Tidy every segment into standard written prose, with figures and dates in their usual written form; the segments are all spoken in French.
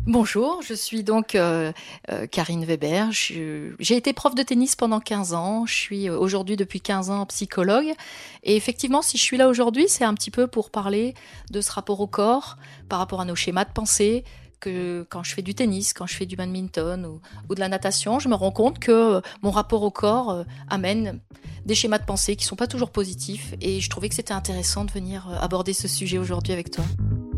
Bonjour, je suis donc Karine Weber. J'ai été prof de tennis pendant 15 ans. Je suis aujourd'hui depuis 15 ans psychologue. Et effectivement, si je suis là aujourd'hui, c'est un petit peu pour parler de ce rapport au corps, par rapport à nos schémas de pensée, que quand je fais du tennis, quand je fais du badminton ou de la natation, je me rends compte que mon rapport au corps amène des schémas de pensée qui sont pas toujours positifs. Et je trouvais que c'était intéressant de venir aborder ce sujet aujourd'hui avec toi.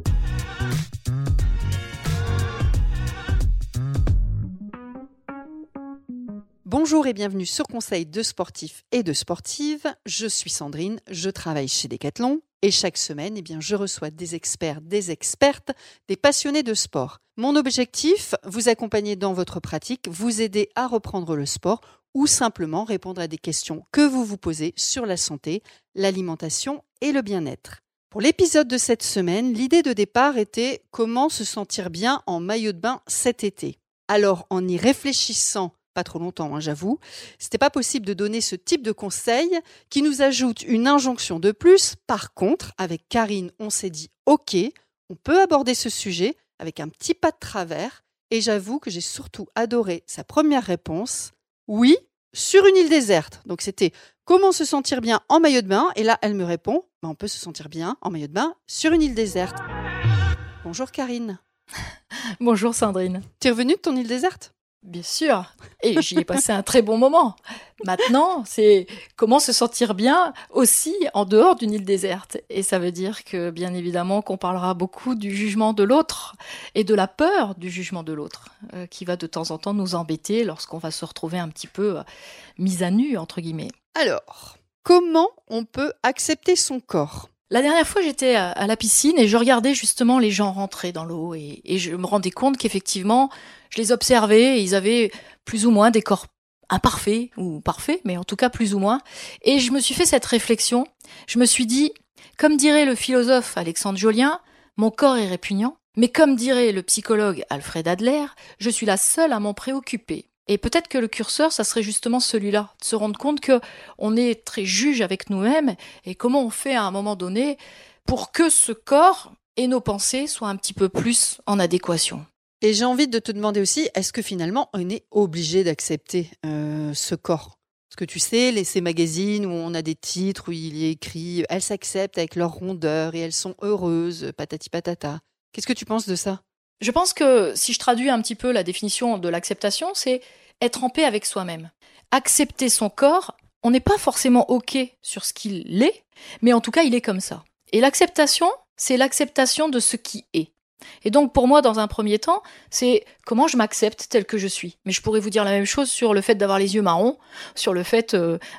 Bonjour et bienvenue sur Conseil de sportifs et de sportives. Je suis Sandrine, je travaille chez Decathlon et chaque semaine, je reçois des experts, des expertes, des passionnés de sport. Mon objectif, vous accompagner dans votre pratique, vous aider à reprendre le sport ou simplement répondre à des questions que vous vous posez sur la santé, l'alimentation et le bien-être. Pour l'épisode de cette semaine, l'idée de départ était comment se sentir bien en maillot de bain cet été. Alors, en y réfléchissant pas trop longtemps, j'avoue, c'était pas possible de donner ce type de conseil qui nous ajoute une injonction de plus. Par contre, avec Karine, on s'est dit OK, on peut aborder ce sujet avec un petit pas de travers et j'avoue que j'ai surtout adoré sa première réponse. Oui, sur une île déserte. Donc c'était comment se sentir bien en maillot de bain et là elle me répond on peut se sentir bien en maillot de bain sur une île déserte. Bonjour Karine. Bonjour Sandrine. T'es revenue de ton île déserte ? Bien sûr, et j'y ai passé un très bon moment. Maintenant, c'est comment se sentir bien aussi en dehors d'une île déserte. Et ça veut dire que, bien évidemment, qu'on parlera beaucoup du jugement de l'autre et de la peur du jugement de l'autre, qui va de temps en temps nous embêter lorsqu'on va se retrouver un petit peu mis à nu, entre guillemets. Alors, comment on peut accepter son corps ? La dernière fois, j'étais à la piscine et je regardais justement les gens rentrer dans l'eau et je me rendais compte qu'effectivement, je les observais et ils avaient plus ou moins des corps imparfaits ou parfaits, mais en tout cas plus ou moins. Et je me suis fait cette réflexion. Je me suis dit, comme dirait le philosophe Alexandre Jolien, mon corps est répugnant, mais comme dirait le psychologue Alfred Adler, je suis la seule à m'en préoccuper. Et peut-être que le curseur, ça serait justement celui-là, de se rendre compte que on est très juge avec nous-mêmes et comment on fait à un moment donné pour que ce corps et nos pensées soient un petit peu plus en adéquation. Et j'ai envie de te demander aussi, est-ce que finalement on est obligé d'accepter ce corps ? Parce que tu sais, ces magazines où on a des titres où il y est écrit « Elles s'acceptent avec leur rondeur et elles sont heureuses, patati patata ». Qu'est-ce que tu penses de ça ? Je pense que si je traduis un petit peu la définition de l'acceptation, c'est être en paix avec soi-même. Accepter son corps, on n'est pas forcément OK sur ce qu'il est, mais en tout cas, il est comme ça. Et l'acceptation, c'est l'acceptation de ce qui est. Et donc pour moi, dans un premier temps, c'est comment je m'accepte tel que je suis. Mais je pourrais vous dire la même chose sur le fait d'avoir les yeux marrons, sur le fait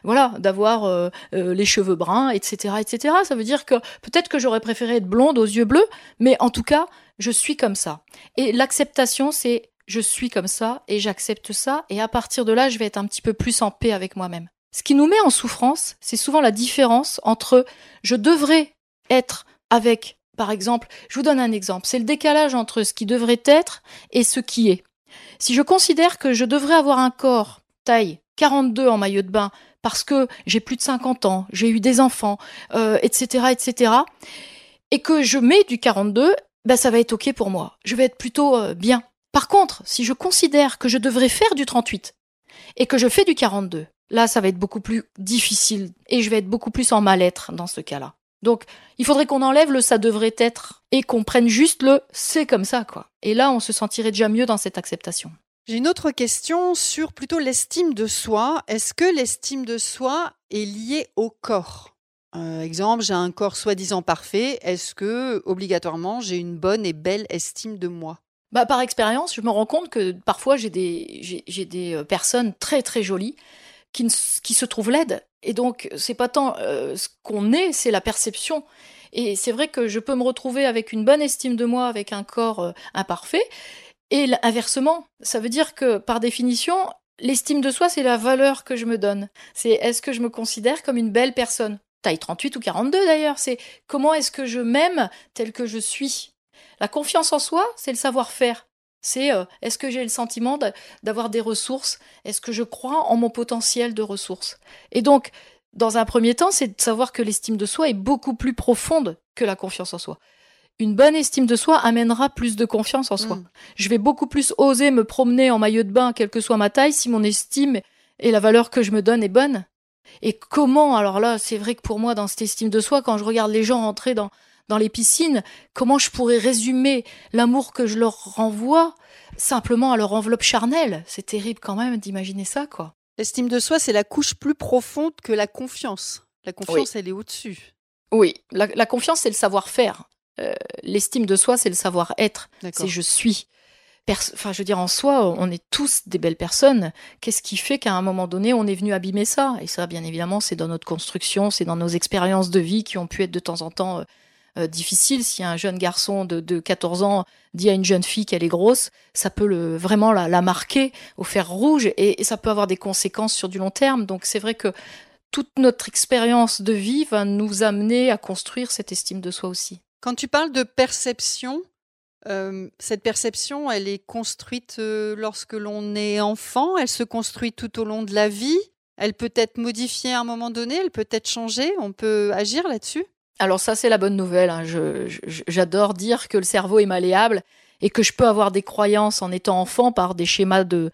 d'avoir les cheveux bruns, etc., etc. Ça veut dire que peut-être que j'aurais préféré être blonde aux yeux bleus, mais en tout cas, je suis comme ça. Et l'acceptation, c'est je suis comme ça et j'accepte ça. Et à partir de là, je vais être un petit peu plus en paix avec moi-même. Ce qui nous met en souffrance, c'est souvent la différence entre je devrais être avec. Par exemple, je vous donne un exemple, c'est le décalage entre ce qui devrait être et ce qui est. Si je considère que je devrais avoir un corps taille 42 en maillot de bain parce que j'ai plus de 50 ans, j'ai eu des enfants, etc., etc., et que je mets du 42, ça va être OK pour moi. Je vais être plutôt bien. Par contre, si je considère que je devrais faire du 38 et que je fais du 42, là, ça va être beaucoup plus difficile et je vais être beaucoup plus en mal-être dans ce cas-là. Donc, il faudrait qu'on enlève le « ça devrait être » et qu'on prenne juste le « c'est comme ça », quoi. Et là, on se sentirait déjà mieux dans cette acceptation. J'ai une autre question sur plutôt l'estime de soi. Est-ce que l'estime de soi est liée au corps ? Exemple, j'ai un corps soi-disant parfait. Est-ce que, obligatoirement, j'ai une bonne et belle estime de moi ? Par expérience, je me rends compte que parfois, j'ai des personnes très, très jolies qui se trouvent laides. Et donc, c'est pas tant ce qu'on est, c'est la perception. Et c'est vrai que je peux me retrouver avec une bonne estime de moi, avec un corps imparfait. Et inversement, ça veut dire que, par définition, l'estime de soi, c'est la valeur que je me donne. C'est est-ce que je me considère comme une belle personne ? Taille 38 ou 42 d'ailleurs. C'est comment est-ce que je m'aime tel que je suis ? La confiance en soi, c'est le savoir-faire. C'est est-ce que j'ai le sentiment d'avoir des ressources ? Est-ce que je crois en mon potentiel de ressources ? Et donc, dans un premier temps, c'est de savoir que l'estime de soi est beaucoup plus profonde que la confiance en soi. Une bonne estime de soi amènera plus de confiance en soi. Je vais beaucoup plus oser me promener en maillot de bain, quelle que soit ma taille, si mon estime et la valeur que je me donne est bonne. Et comment, alors là, c'est vrai que pour moi, dans cette estime de soi, quand je regarde les gens rentrer dans les piscines, comment je pourrais résumer l'amour que je leur renvoie simplement à leur enveloppe charnelle? C'est terrible quand même d'imaginer ça, quoi. L'estime de soi, c'est la couche plus profonde que la confiance. La confiance, Oui. elle est au-dessus. Oui, la confiance, c'est le savoir-faire. L'estime de soi, c'est le savoir-être. D'accord. C'est je suis. Enfin, je veux dire, en soi, on est tous des belles personnes. Qu'est-ce qui fait qu'à un moment donné, on est venu abîmer ça? Et ça, bien évidemment, c'est dans notre construction, c'est dans nos expériences de vie qui ont pu être de temps en temps difficiles. Si un jeune garçon de 14 ans dit à une jeune fille qu'elle est grosse, ça peut vraiment la marquer au fer rouge et ça peut avoir des conséquences sur du long terme. Donc, c'est vrai que toute notre expérience de vie va nous amener à construire cette estime de soi aussi. Quand tu parles de perception, cette perception, elle est construite lorsque l'on est enfant, elle se construit tout au long de la vie, elle peut être modifiée à un moment donné, elle peut être changée, on peut agir là-dessus? Alors ça, c'est la bonne nouvelle. Hein. J'adore dire que le cerveau est malléable et que je peux avoir des croyances en étant enfant par des schémas de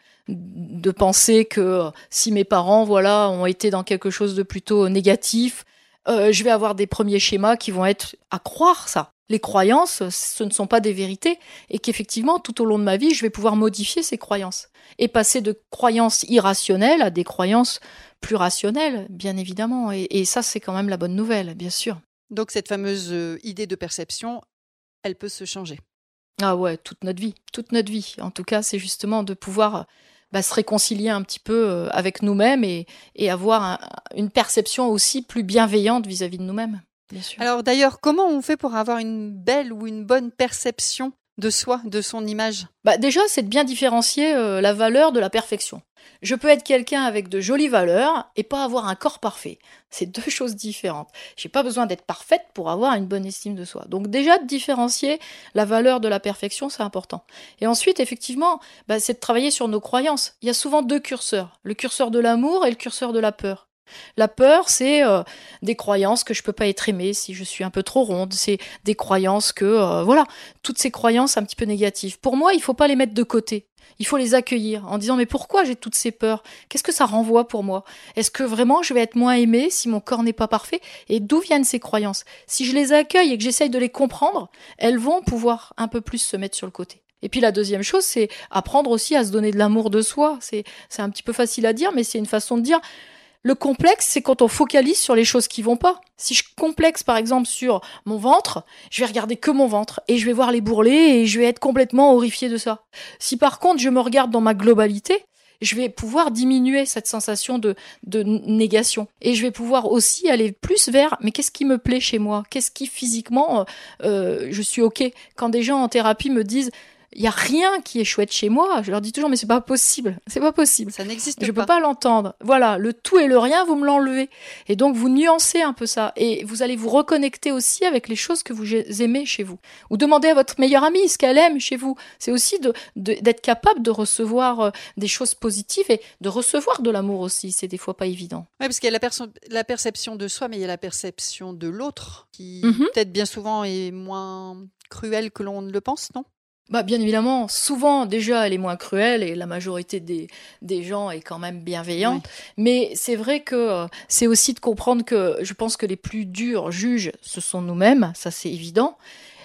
pensée que si mes parents ont été dans quelque chose de plutôt négatif, je vais avoir des premiers schémas qui vont être à croire ça. Les croyances, ce ne sont pas des vérités et qu'effectivement, tout au long de ma vie, je vais pouvoir modifier ces croyances et passer de croyances irrationnelles à des croyances plus rationnelles, bien évidemment. Et ça, c'est quand même la bonne nouvelle, bien sûr. Donc cette fameuse idée de perception, elle peut se changer. Ah ouais, toute notre vie, toute notre vie. En tout cas, c'est justement de pouvoir se réconcilier un petit peu avec nous-mêmes et avoir une perception aussi plus bienveillante vis-à-vis de nous-mêmes, bien sûr. Alors d'ailleurs, comment on fait pour avoir une belle ou une bonne perception de soi, de son image? Déjà, c'est de bien différencier la valeur de la perfection. Je peux être quelqu'un avec de jolies valeurs et pas avoir un corps parfait. C'est deux choses différentes. J'ai pas besoin d'être parfaite pour avoir une bonne estime de soi. Donc déjà, de différencier la valeur de la perfection, c'est important. Et ensuite, effectivement, c'est de travailler sur nos croyances. Il y a souvent deux curseurs. Le curseur de l'amour et le curseur de la peur. La peur, c'est des croyances que je peux pas être aimée si je suis un peu trop ronde. C'est des croyances que, toutes ces croyances un petit peu négatives. Pour moi, il faut pas les mettre de côté. Il faut les accueillir en disant mais pourquoi j'ai toutes ces peurs? Qu'est-ce que ça renvoie pour moi? Est-ce que vraiment je vais être moins aimée si mon corps n'est pas parfait? Et d'où viennent ces croyances? Si je les accueille et que j'essaye de les comprendre, elles vont pouvoir un peu plus se mettre sur le côté. Et puis la deuxième chose, c'est apprendre aussi à se donner de l'amour de soi. C'est un petit peu facile à dire, mais c'est une façon de dire. Le complexe, c'est quand on focalise sur les choses qui vont pas. Si je complexe, par exemple, sur mon ventre, je vais regarder que mon ventre et je vais voir les bourrelets et je vais être complètement horrifiée de ça. Si par contre, je me regarde dans ma globalité, je vais pouvoir diminuer cette sensation de négation. Et je vais pouvoir aussi aller plus vers, mais qu'est-ce qui me plaît chez moi? Qu'est-ce qui physiquement, je suis OK? Quand des gens en thérapie me disent, il y a rien qui est chouette chez moi. Je leur dis toujours, mais c'est pas possible. C'est pas possible. Ça n'existe pas. Je peux pas l'entendre. Voilà, le tout et le rien, vous me l'enlevez. Et donc, vous nuancez un peu ça. Et vous allez vous reconnecter aussi avec les choses que vous aimez chez vous. Ou demandez à votre meilleure amie ce qu'elle aime chez vous. C'est aussi d'être capable de recevoir des choses positives et de recevoir de l'amour aussi. C'est des fois pas évident. Oui, parce qu'il y a la perception de soi, mais il y a la perception de l'autre qui, peut-être bien souvent, est moins cruelle que l'on ne le pense, non? Bien évidemment, souvent déjà elle est moins cruelle et la majorité des gens est quand même bienveillante. Oui. Mais c'est vrai que c'est aussi de comprendre que je pense que les plus durs juges, ce sont nous-mêmes, ça c'est évident.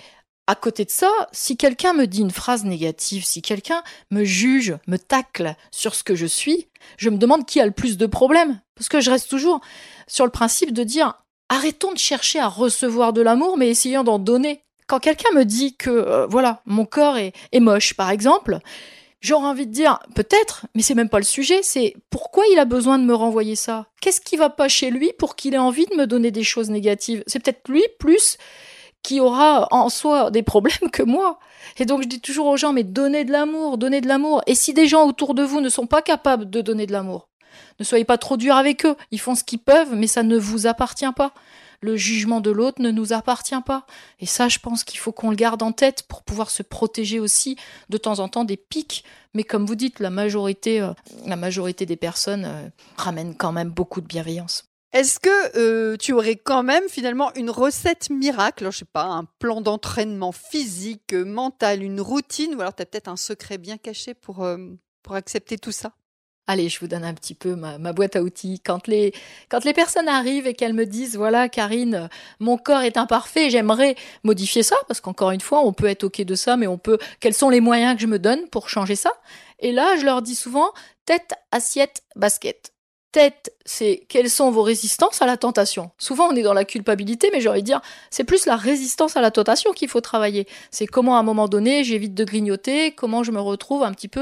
À côté de ça, si quelqu'un me dit une phrase négative, si quelqu'un me juge, me tacle sur ce que je suis, je me demande qui a le plus de problèmes. Parce que je reste toujours sur le principe de dire arrêtons de chercher à recevoir de l'amour, mais essayons d'en donner. Quand quelqu'un me dit que, mon corps est moche, par exemple, j'aurais envie de dire, peut-être, mais c'est même pas le sujet, c'est pourquoi il a besoin de me renvoyer ça? Qu'est-ce qui va pas chez lui pour qu'il ait envie de me donner des choses négatives? C'est peut-être lui, plus, qui aura en soi des problèmes que moi. Et donc, je dis toujours aux gens, mais donnez de l'amour, donnez de l'amour. Et si des gens autour de vous ne sont pas capables de donner de l'amour, ne soyez pas trop dur avec eux. Ils font ce qu'ils peuvent, mais ça ne vous appartient pas. Le jugement de l'autre ne nous appartient pas. Et ça, je pense qu'il faut qu'on le garde en tête pour pouvoir se protéger aussi de temps en temps des pics. Mais comme vous dites, la majorité des personnes ramènent quand même beaucoup de bienveillance. Est-ce que tu aurais quand même finalement une recette miracle, alors, je sais pas, un plan d'entraînement physique, mental, une routine, ou alors tu as peut-être un secret bien caché pour accepter tout ça? Allez, je vous donne un petit peu ma boîte à outils. Quand les personnes arrivent et qu'elles me disent, voilà, Karine, mon corps est imparfait, j'aimerais modifier ça, parce qu'encore une fois, on peut être OK de ça, mais quels sont les moyens que je me donne pour changer ça? Et là, je leur dis souvent, tête, assiette, basket. Tête, c'est quelles sont vos résistances à la tentation. Souvent, on est dans la culpabilité, mais j'ai envie de dire, c'est plus la résistance à la tentation qu'il faut travailler. C'est comment, à un moment donné, j'évite de grignoter, comment je me retrouve un petit peu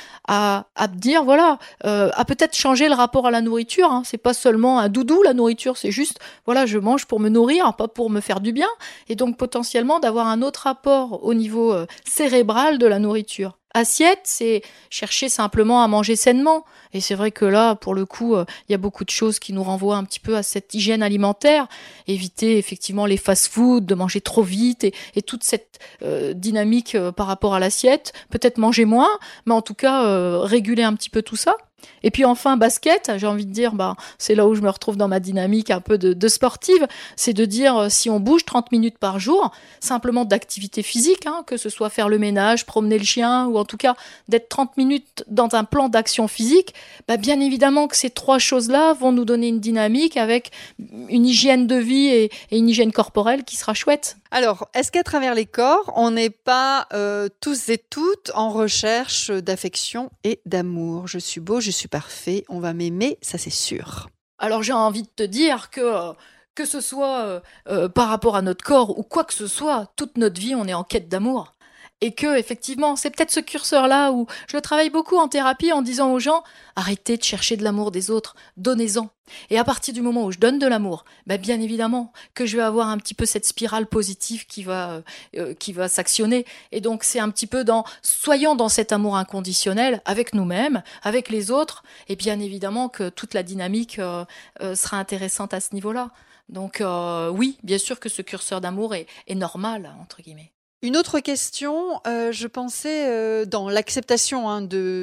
à me dire, voilà, à peut-être changer le rapport à la nourriture. Hein. C'est pas seulement un doudou, la nourriture, c'est juste, voilà, je mange pour me nourrir, pas pour me faire du bien. Et donc, potentiellement, d'avoir un autre rapport au niveau cérébral de la nourriture. Assiette, c'est chercher simplement à manger sainement. Et c'est vrai que là, pour le coup, il y a beaucoup de choses qui nous renvoient un petit peu à cette hygiène alimentaire. Éviter effectivement les fast-foods, de manger trop vite et toute cette dynamique par rapport à l'assiette. Peut-être manger moins, mais en tout cas, réguler un petit peu tout ça. Et puis enfin, basket, j'ai envie de dire, c'est là où je me retrouve dans ma dynamique un peu de sportive, c'est de dire, si on bouge 30 minutes par jour, simplement d'activité physique, hein, que ce soit faire le ménage, promener le chien, ou en tout cas d'être 30 minutes dans un plan d'action physique, bien évidemment que ces trois choses-là vont nous donner une dynamique avec une hygiène de vie et une hygiène corporelle qui sera chouette. Alors, est-ce qu'à travers les corps, on n'est pas tous et toutes en recherche d'affection et d'amour? Je suis beau, je suis parfait, on va m'aimer, ça c'est sûr. Alors j'ai envie de te dire que ce soit par rapport à notre corps ou quoi que ce soit, toute notre vie on est en quête d'amour. Et que, effectivement, c'est peut-être ce curseur-là où je travaille beaucoup en thérapie en disant aux gens, arrêtez de chercher de l'amour des autres, donnez-en. Et à partir du moment où je donne de l'amour, bien évidemment que je vais avoir un petit peu cette spirale positive qui va s'actionner. Et donc c'est un petit peu soyons dans cet amour inconditionnel avec nous-mêmes, avec les autres, et bien évidemment que toute la dynamique sera intéressante à ce niveau-là. Donc oui, bien sûr que ce curseur d'amour est normal, entre guillemets. Une autre question, je pensais dans l'acceptation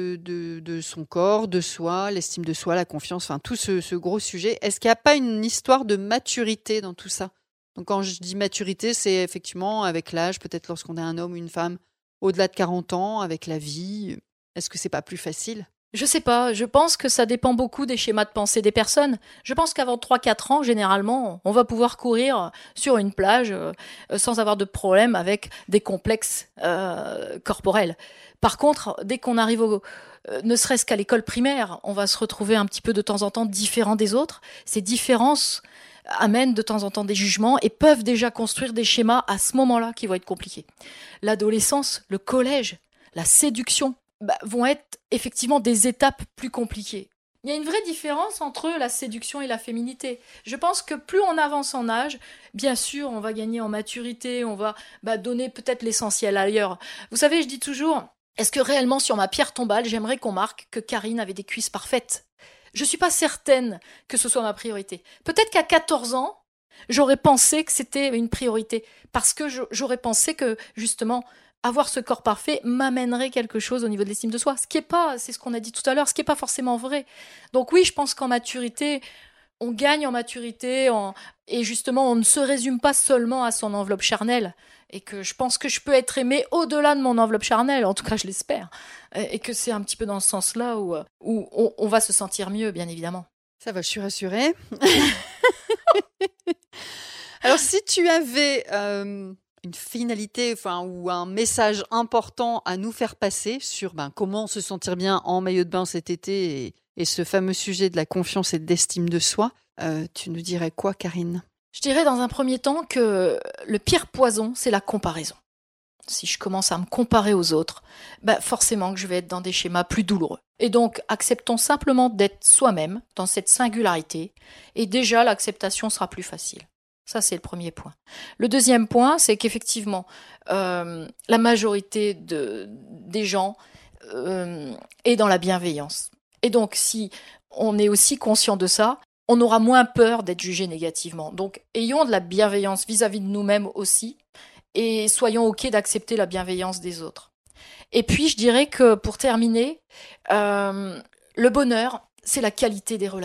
de son corps, de soi, l'estime de soi, la confiance, enfin tout ce gros sujet. Est-ce qu'il n'y a pas une histoire de maturité dans tout ça? Donc quand je dis maturité, c'est effectivement avec l'âge, peut-être lorsqu'on est un homme ou une femme au-delà de 40 ans, avec la vie. Est-ce que c'est pas plus facile? Je sais pas, je pense que ça dépend beaucoup des schémas de pensée des personnes. Je pense qu'avant 3-4 ans, généralement, on va pouvoir courir sur une plage sans avoir de problème avec des complexes corporels. Par contre, dès qu'on arrive ne serait-ce qu'à l'école primaire, on va se retrouver un petit peu de temps en temps différent des autres. Ces différences amènent de temps en temps des jugements et peuvent déjà construire des schémas à ce moment-là qui vont être compliqués. L'adolescence, le collège, la séduction, vont être effectivement des étapes plus compliquées. Il y a une vraie différence entre la séduction et la féminité. Je pense que plus on avance en âge, bien sûr, on va gagner en maturité, on va donner peut-être l'essentiel ailleurs. Vous savez, je dis toujours, est-ce que réellement sur ma pierre tombale, j'aimerais qu'on marque que Karine avait des cuisses parfaites? Je ne suis pas certaine que ce soit ma priorité. Peut-être qu'à 14 ans, j'aurais pensé que c'était une priorité, parce que j'aurais pensé que, justement, avoir ce corps parfait m'amènerait quelque chose au niveau de l'estime de soi. C'est ce qu'on a dit tout à l'heure, ce qui n'est pas forcément vrai. Donc oui, je pense qu'en maturité, on gagne en maturité, et justement, on ne se résume pas seulement à son enveloppe charnelle. Et que je pense que je peux être aimée au-delà de mon enveloppe charnelle, en tout cas je l'espère. Et que c'est un petit peu dans ce sens-là où on va se sentir mieux, bien évidemment. Ça va, je suis rassurée. Alors si tu avais une finalité ou un message important à nous faire passer sur comment se sentir bien en maillot de bain cet été et ce fameux sujet de la confiance et de l'estime de soi, tu nous dirais quoi, Karine? Je dirais dans un premier temps que le pire poison, c'est la comparaison. Si je commence à me comparer aux autres, forcément que je vais être dans des schémas plus douloureux. Et donc, acceptons simplement d'être soi-même dans cette singularité, et déjà l'acceptation sera plus facile. Ça, c'est le premier point. Le deuxième point, c'est qu'effectivement, la majorité des gens est dans la bienveillance. Et donc, si on est aussi conscient de ça, on aura moins peur d'être jugé négativement. Donc, ayons de la bienveillance vis-à-vis de nous-mêmes aussi, et soyons OK d'accepter la bienveillance des autres. Et puis, je dirais que, pour terminer, le bonheur, c'est la qualité des relations.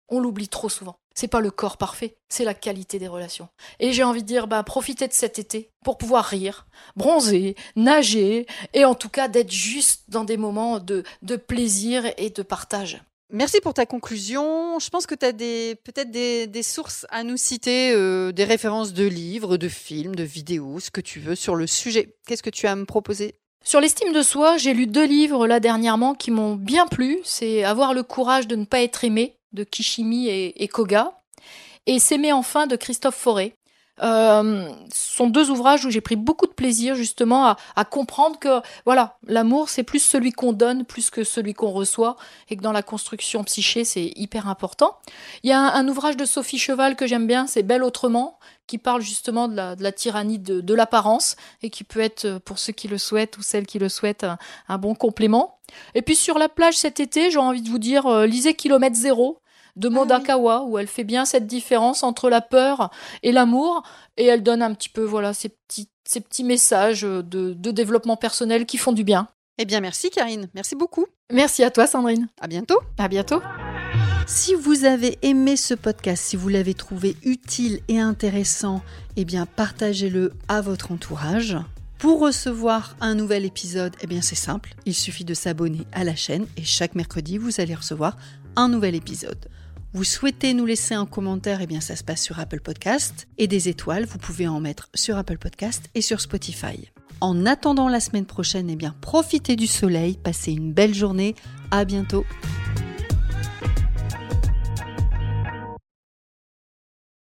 On l'oublie trop souvent. C'est pas le corps parfait, c'est la qualité des relations. Et j'ai envie de dire, profitez de cet été pour pouvoir rire, bronzer, nager, et en tout cas d'être juste dans des moments de plaisir et de partage. Merci pour ta conclusion. Je pense que tu as peut-être des sources à nous citer, des références de livres, de films, de vidéos, ce que tu veux sur le sujet. Qu'est-ce que tu as à me proposer ? Sur l'estime de soi, j'ai lu 2 livres là dernièrement qui m'ont bien plu. C'est Avoir le courage de ne pas être aimé de Kishimi et Koga, et S'aimer enfin de Christophe Fauré. Ce sont 2 ouvrages où j'ai pris beaucoup de plaisir justement à comprendre que voilà, l'amour c'est plus celui qu'on donne plus que celui qu'on reçoit, et que dans la construction psyché c'est hyper important. Il y a un ouvrage de Sophie Cheval que j'aime bien, c'est Belle autrement, qui parle justement de la tyrannie de l'apparence, et qui peut être, pour ceux qui le souhaitent ou celles qui le souhaitent, un bon complément. Et puis sur la plage cet été, j'ai envie de vous dire, lisez Kilomètre Zéro de Maud Akawa, où elle fait bien cette différence entre la peur et l'amour, et elle donne un petit peu ces petits messages de développement personnel qui font du bien. Eh bien merci Karine, merci beaucoup. Merci à toi Sandrine. À bientôt. À bientôt. Si vous avez aimé ce podcast, si vous l'avez trouvé utile et intéressant, eh bien partagez-le à votre entourage. Pour recevoir un nouvel épisode, eh bien c'est simple, il suffit de s'abonner à la chaîne et chaque mercredi vous allez recevoir un nouvel épisode. Vous souhaitez nous laisser un commentaire, eh bien ça se passe sur Apple Podcast, et des étoiles, vous pouvez en mettre sur Apple Podcast et sur Spotify. En attendant la semaine prochaine, eh bien profitez du soleil, passez une belle journée, à bientôt.